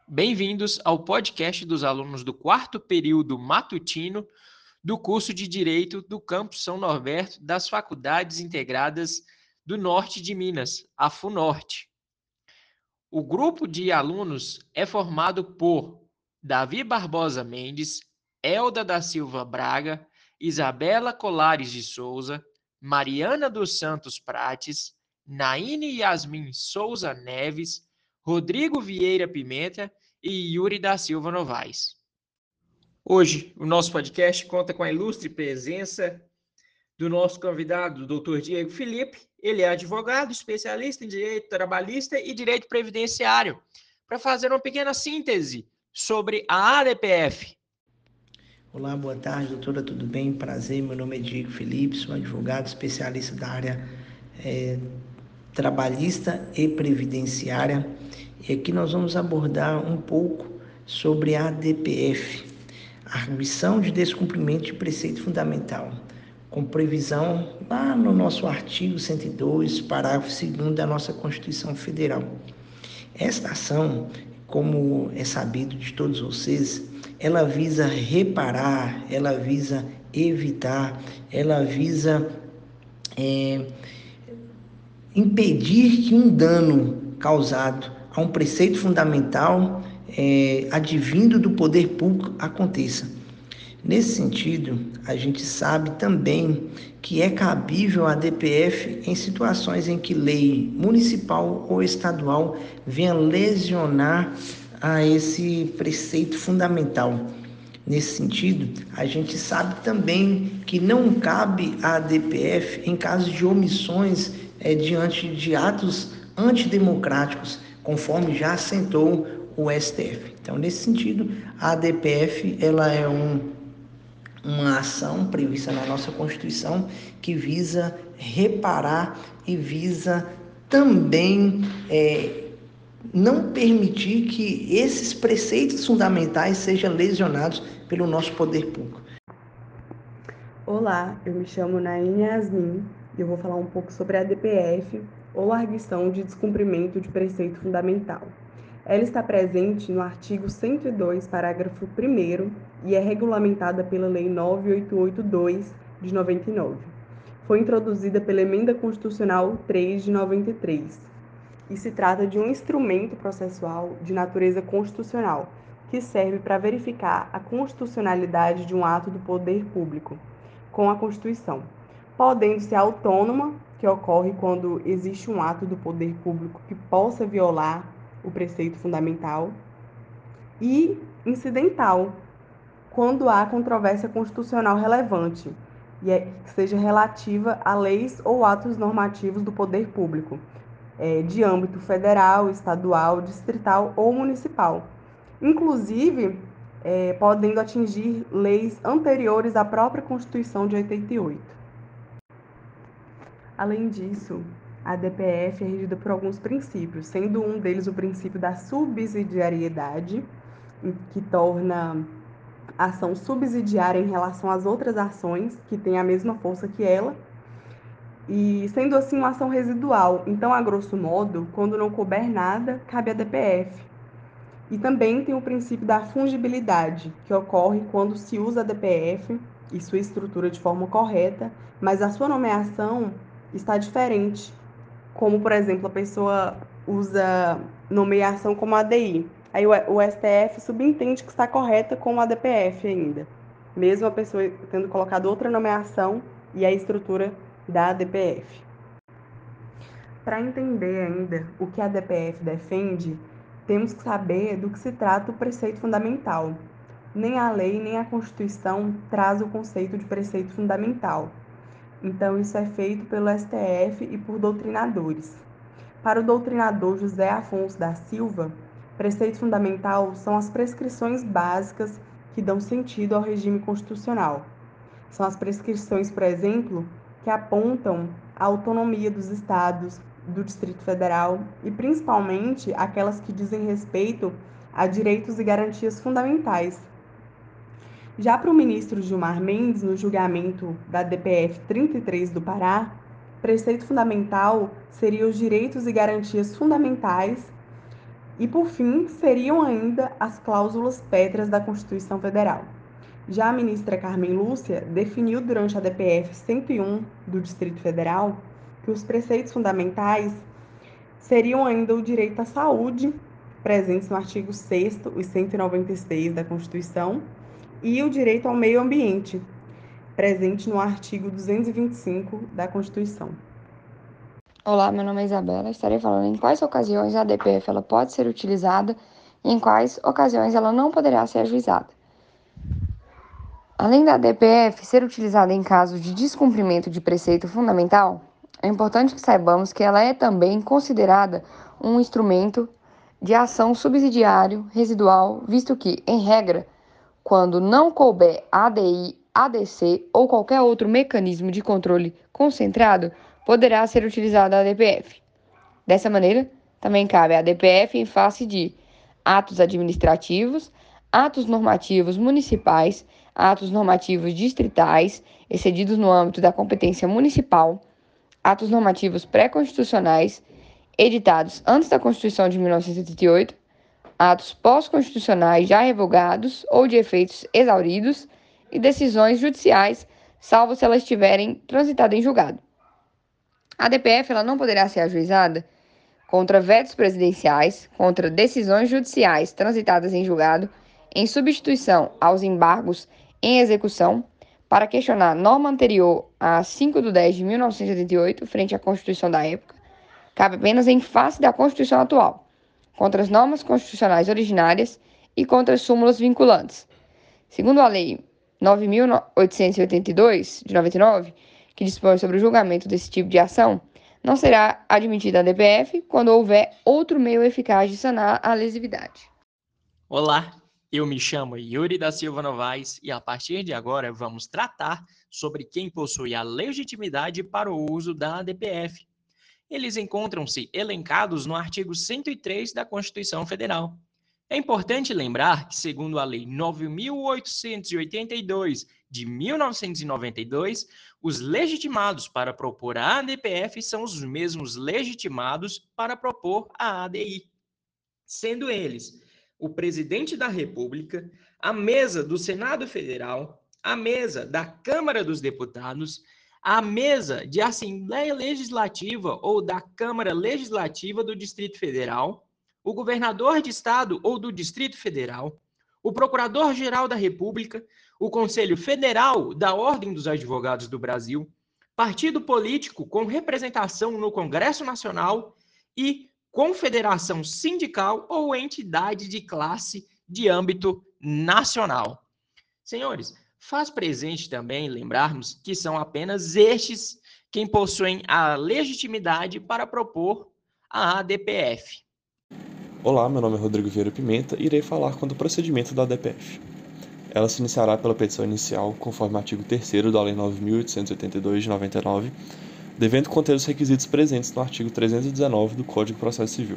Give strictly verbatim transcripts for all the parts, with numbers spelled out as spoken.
Bem-vindos ao podcast dos alunos do quarto período matutino do curso de Direito do Campus São Norberto das Faculdades Integradas do Norte de Minas, a FUNORTE. O grupo de alunos é formado por Davi Barbosa Mendes, Elda da Silva Braga, Isabela Colares de Souza, Mariana dos Santos Prates, Naine Yasmin Souza Neves, Rodrigo Vieira Pimenta e Yuri da Silva Novaes. Hoje, o nosso podcast conta com a ilustre presença do nosso convidado, o doutor Diego Felipe. Ele é advogado, especialista em direito trabalhista e direito previdenciário, para fazer uma pequena síntese sobre a A D P F. Olá, boa tarde, doutora, tudo bem? Prazer, meu nome é Diego Felipe, sou advogado especialista da área é, trabalhista e previdenciária. E aqui nós vamos abordar um pouco sobre a A D P F, Arguição de Descumprimento de Preceito Fundamental, com previsão lá no nosso artigo cento e dois, parágrafo segundo da nossa Constituição Federal. Esta ação, como é sabido de todos vocês, ela visa reparar, ela visa evitar, ela visa é, impedir que um dano causado a um preceito fundamental é, advindo do poder público aconteça. Nesse sentido, a gente sabe também que é cabível a D P F em situações em que lei municipal ou estadual venha lesionar a esse preceito fundamental. Nesse sentido, a gente sabe também que não cabe à D P F em caso de omissões é, diante de atos antidemocráticos, conforme já assentou o S T F. Então, nesse sentido, a D P F ela é um uma ação prevista na nossa Constituição que visa reparar e visa também é, não permitir que esses preceitos fundamentais sejam lesionados pelo nosso poder público. Olá, eu me chamo Naine Yasmin e eu vou falar um pouco sobre a A D P F, ou Arguição de Descumprimento de Preceito Fundamental. Ela está presente no artigo cento e dois, parágrafo primeiro, e é regulamentada pela Lei nove mil oitocentos e oitenta e dois, de noventa e nove. Foi introduzida pela Emenda Constitucional três, de noventa e três, e se trata de um instrumento processual de natureza constitucional, que serve para verificar a constitucionalidade de um ato do poder público com a Constituição, podendo ser autônoma, que ocorre quando existe um ato do poder público que possa violar o preceito fundamental, e incidental, quando há controvérsia constitucional relevante, e é, que seja relativa a leis ou atos normativos do poder público, é, de âmbito federal, estadual, distrital ou municipal, inclusive é, podendo atingir leis anteriores à própria Constituição de oitenta e oito. Além disso, a D P F é regida por alguns princípios, sendo um deles o princípio da subsidiariedade, que torna a ação subsidiária em relação às outras ações que têm a mesma força que ela, e sendo assim uma ação residual. Então, a grosso modo, quando não couber nada, cabe à D P F. E também tem o princípio da fungibilidade, que ocorre quando se usa a D P F e sua estrutura de forma correta, mas a sua nomeação está diferente, como, por exemplo, a pessoa usa nomeação como A D I. Aí o S T F subentende que está correta com a D P F ainda, mesmo a pessoa tendo colocado outra nomeação e a estrutura da D P F. Para entender ainda o que a D P F defende, temos que saber do que se trata o preceito fundamental. Nem a lei, nem a Constituição traz o conceito de preceito fundamental. Então, isso é feito pelo S T F e por doutrinadores. Para o doutrinador José Afonso da Silva, preceito fundamental são as prescrições básicas que dão sentido ao regime constitucional. São as prescrições, por exemplo, que apontam a autonomia dos estados, do Distrito Federal e, principalmente, aquelas que dizem respeito a direitos e garantias fundamentais. Já para o ministro Gilmar Mendes, no julgamento da D P F trinta e três do Pará, preceito fundamental seria os direitos e garantias fundamentais E, por fim, seriam ainda as cláusulas pétreas da Constituição Federal. Já a ministra Carmen Lúcia definiu durante a D P F cento e um do Distrito Federal que os preceitos fundamentais seriam ainda o direito à saúde, presentes no artigo sexto e cento e noventa e seis da Constituição, e o direito ao meio ambiente, presente no artigo duzentos e vinte e cinco da Constituição. Olá, meu nome é Isabela. Estarei falando em quais ocasiões a D P F ela pode ser utilizada e em quais ocasiões ela não poderá ser ajuizada. Além da D P F ser utilizada em caso de descumprimento de preceito fundamental, é importante que saibamos que ela é também considerada um instrumento de ação subsidiário residual, visto que, em regra, quando não couber A D I, A D C ou qualquer outro mecanismo de controle concentrado, poderá ser utilizada a D P F. Dessa maneira, também cabe à D P F em face de atos administrativos, atos normativos municipais, atos normativos distritais, excedidos no âmbito da competência municipal, atos normativos pré-constitucionais, editados antes da Constituição de mil novecentos e oitenta e oito, atos pós-constitucionais já revogados ou de efeitos exauridos e decisões judiciais, salvo se elas estiverem transitadas em julgado. A D P F ela não poderá ser ajuizada contra vetos presidenciais, contra decisões judiciais transitadas em julgado, em substituição aos embargos em execução, para questionar norma anterior a cinco de dez de mil novecentos e oitenta e oito, frente à Constituição da época, cabe apenas em face da Constituição atual, contra as normas constitucionais originárias e contra as súmulas vinculantes. Segundo a Lei nove mil oitocentos e oitenta e dois, de noventa e nove, que dispõe sobre o julgamento desse tipo de ação, não será admitida a D P F quando houver outro meio eficaz de sanar a lesividade. Olá, eu me chamo Yuri da Silva Novaes e a partir de agora vamos tratar sobre quem possui a legitimidade para o uso da D P F. Eles encontram-se elencados no artigo cento e três da Constituição Federal. É importante lembrar que, segundo a Lei nove mil oitocentos e oitenta e dois, de mil novecentos e noventa e dois, os legitimados para propor a A D P F são os mesmos legitimados para propor a A D I, sendo eles o Presidente da República, a mesa do Senado Federal, a mesa da Câmara dos Deputados, a mesa de Assembleia Legislativa ou da Câmara Legislativa do Distrito Federal, o governador de estado ou do Distrito Federal, o Procurador-Geral da República, o Conselho Federal da Ordem dos Advogados do Brasil, partido político com representação no Congresso Nacional e confederação sindical ou entidade de classe de âmbito nacional. Senhores, faz presente também lembrarmos que são apenas estes quem possuem a legitimidade para propor a A D P F. Olá, meu nome é Rodrigo Vieira Pimenta e irei falar quanto ao procedimento da A D P F. Ela se iniciará pela petição inicial, conforme o artigo terceiro da Lei nove mil oitocentos e oitenta e dois, de noventa e nove, devendo conter os requisitos presentes no artigo trezentos e dezenove do Código de Processo Civil.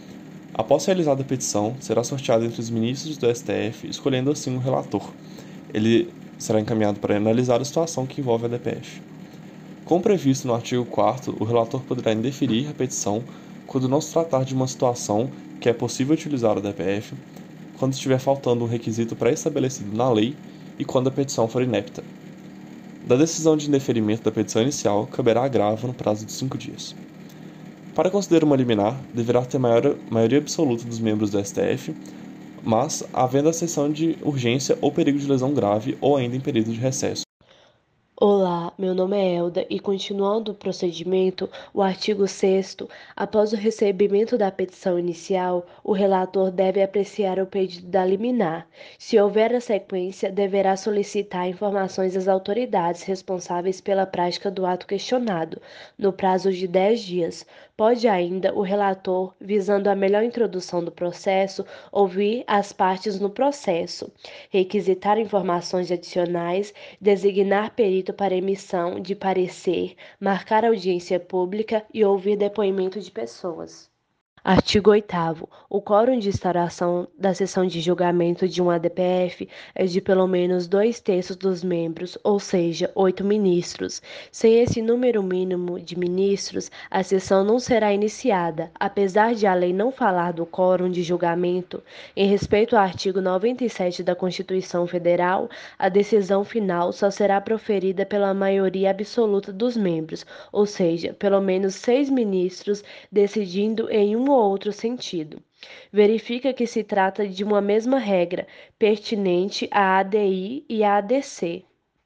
Após realizada a petição, será sorteada entre os ministros do S T F, escolhendo assim um relator. Ele será encaminhado para analisar a situação que envolve a D P F. Como previsto no artigo quarto, o relator poderá indeferir a petição quando não se tratar de uma situação que é possível utilizar a D P F, quando estiver faltando um requisito pré-estabelecido na lei e quando a petição for inepta. Da decisão de indeferimento da petição inicial, caberá agravo no prazo de cinco dias. Para conceder uma liminar, deverá ter maior, maioria absoluta dos membros do S T F, mas havendo a exceção de urgência ou perigo de lesão grave ou ainda em período de recesso. Olá, meu nome é Elda e, continuando o procedimento, o artigo sexto, após o recebimento da petição inicial, o relator deve apreciar o pedido da liminar. Se houver a sequência, deverá solicitar informações às autoridades responsáveis pela prática do ato questionado, no prazo de dez dias. Pode ainda o relator, visando a melhor introdução do processo, ouvir as partes no processo, requisitar informações adicionais, designar perito para emissão de parecer, marcar audiência pública e ouvir depoimento de pessoas. Artigo oitavo. O quórum de instauração da sessão de julgamento de um A D P F é de pelo menos dois terços dos membros, ou seja, oito ministros. Sem esse número mínimo de ministros, a sessão não será iniciada, apesar de a lei não falar do quórum de julgamento. Em respeito ao artigo noventa e sete da Constituição Federal, a decisão final só será proferida pela maioria absoluta dos membros, ou seja, pelo menos seis ministros decidindo em um ou outro sentido. Verifica que se trata de uma mesma regra, pertinente à A D I e à A D C.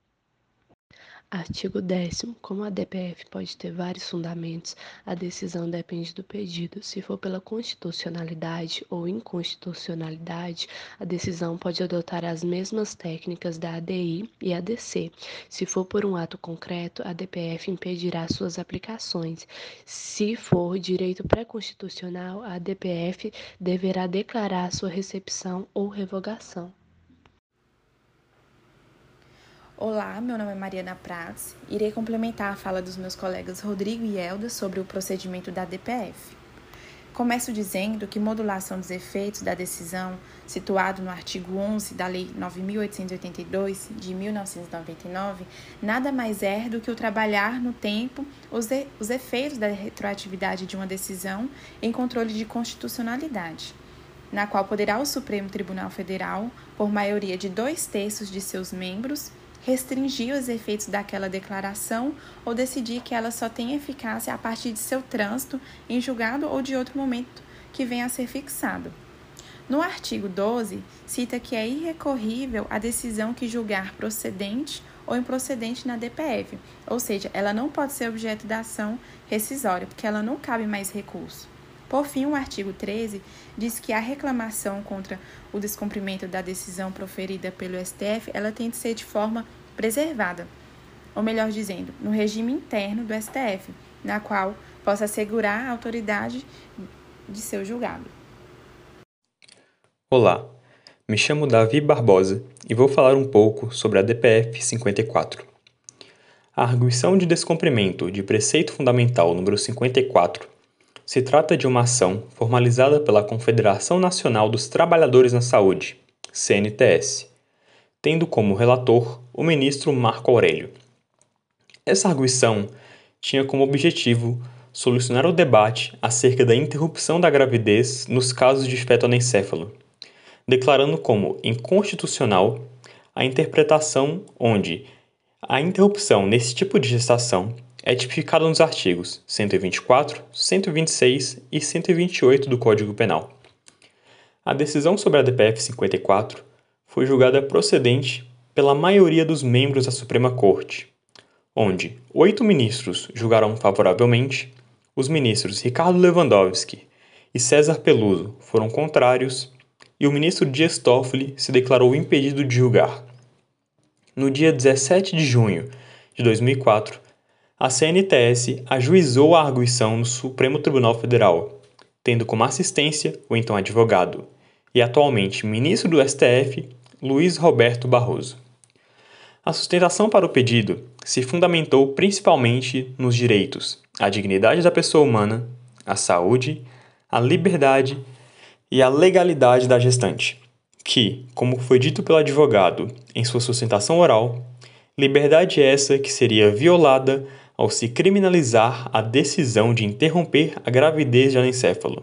Artigo décimo. Como a D P F pode ter vários fundamentos, a decisão depende do pedido. Se for pela constitucionalidade ou inconstitucionalidade, a decisão pode adotar as mesmas técnicas da A D I e A D C. Se for por um ato concreto, a D P F impedirá suas aplicações. Se for direito pré-constitucional, a D P F deverá declarar sua recepção ou revogação. Olá, meu nome é Mariana Prats. Irei complementar a fala dos meus colegas Rodrigo e Elda sobre o procedimento da D P F. Começo dizendo que modulação dos efeitos da decisão, situado no artigo onze da Lei nove mil oitocentos e oitenta e dois, de mil novecentos e noventa e nove, nada mais é do que o trabalhar no tempo os, e, os efeitos da retroatividade de uma decisão em controle de constitucionalidade, na qual poderá o Supremo Tribunal Federal, por maioria de dois terços de seus membros, restringir os efeitos daquela declaração ou decidir que ela só tem eficácia a partir de seu trânsito em julgado ou de outro momento que venha a ser fixado. No artigo doze, cita que é irrecorrível a decisão que julgar procedente ou improcedente na D P F, ou seja, ela não pode ser objeto da ação rescisória, porque ela não cabe mais recurso. Por fim, o artigo treze diz que a reclamação contra o descumprimento da decisão proferida pelo S T F, ela tem de ser de forma preservada, ou melhor dizendo, no regime interno do S T F, na qual possa assegurar a autoridade de seu julgado. Olá, me chamo Davi Barbosa e vou falar um pouco sobre a D P F cinquenta e quatro. A arguição de descumprimento de preceito fundamental número cinquenta e quatro se trata de uma ação formalizada pela Confederação Nacional dos Trabalhadores na Saúde, C N T S, tendo como relator o ministro Marco Aurélio. Essa arguição tinha como objetivo solucionar o debate acerca da interrupção da gravidez nos casos de feto anencéfalo, declarando como inconstitucional a interpretação onde a interrupção nesse tipo de gestação é tipificada nos artigos cento e vinte e quatro, cento e vinte e seis e cento e vinte e oito do Código Penal. A decisão sobre a D P F cinquenta e quatro foi julgada procedente pela maioria dos membros da Suprema Corte, onde oito ministros julgaram favoravelmente, os ministros Ricardo Lewandowski e César Peluso foram contrários e o ministro Dias Toffoli se declarou impedido de julgar. No dia dezessete de junho de dois mil e quatro, a C N T S ajuizou a arguição no Supremo Tribunal Federal, tendo como assistência o então advogado e atualmente ministro do S T F, Luiz Roberto Barroso. A sustentação para o pedido se fundamentou principalmente nos direitos à dignidade da pessoa humana, à saúde, à liberdade e à legalidade da gestante, que, como foi dito pelo advogado em sua sustentação oral, liberdade essa que seria violada ao se criminalizar a decisão de interromper a gravidez de anencéfalo.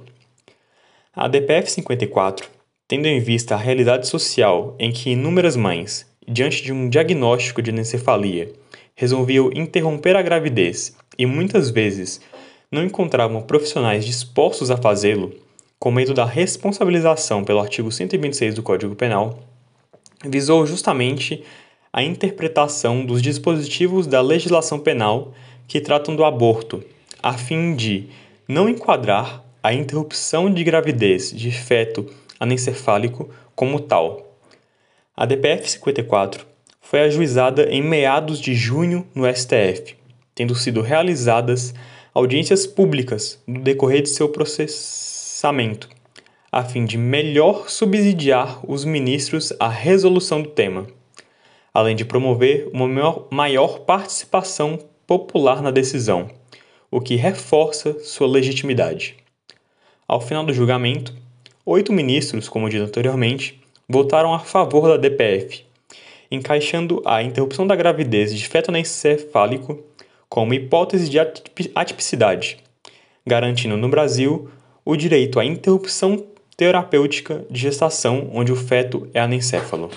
A D P F cinquenta e quatro, tendo em vista a realidade social em que inúmeras mães, diante de um diagnóstico de anencefalia, resolviam interromper a gravidez e muitas vezes não encontravam profissionais dispostos a fazê-lo, com medo da responsabilização pelo artigo cento e vinte e seis do Código Penal, visou justamente a interpretação dos dispositivos da legislação penal que tratam do aborto, a fim de não enquadrar a interrupção de gravidez de feto anencefálico como tal. A D P F cinquenta e quatro foi ajuizada em meados de junho no S T F, tendo sido realizadas audiências públicas no decorrer de seu processamento, a fim de melhor subsidiar os ministros à resolução do tema, além de promover uma maior, maior participação popular na decisão, o que reforça sua legitimidade. Ao final do julgamento, oito ministros, como dito anteriormente, votaram a favor da D P F, encaixando a interrupção da gravidez de feto anencefálico como hipótese de atipicidade, garantindo no Brasil o direito à interrupção terapêutica de gestação onde o feto é anencéfalo.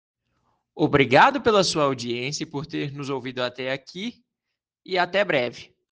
Obrigado pela sua audiência e por ter nos ouvido até aqui, e até breve.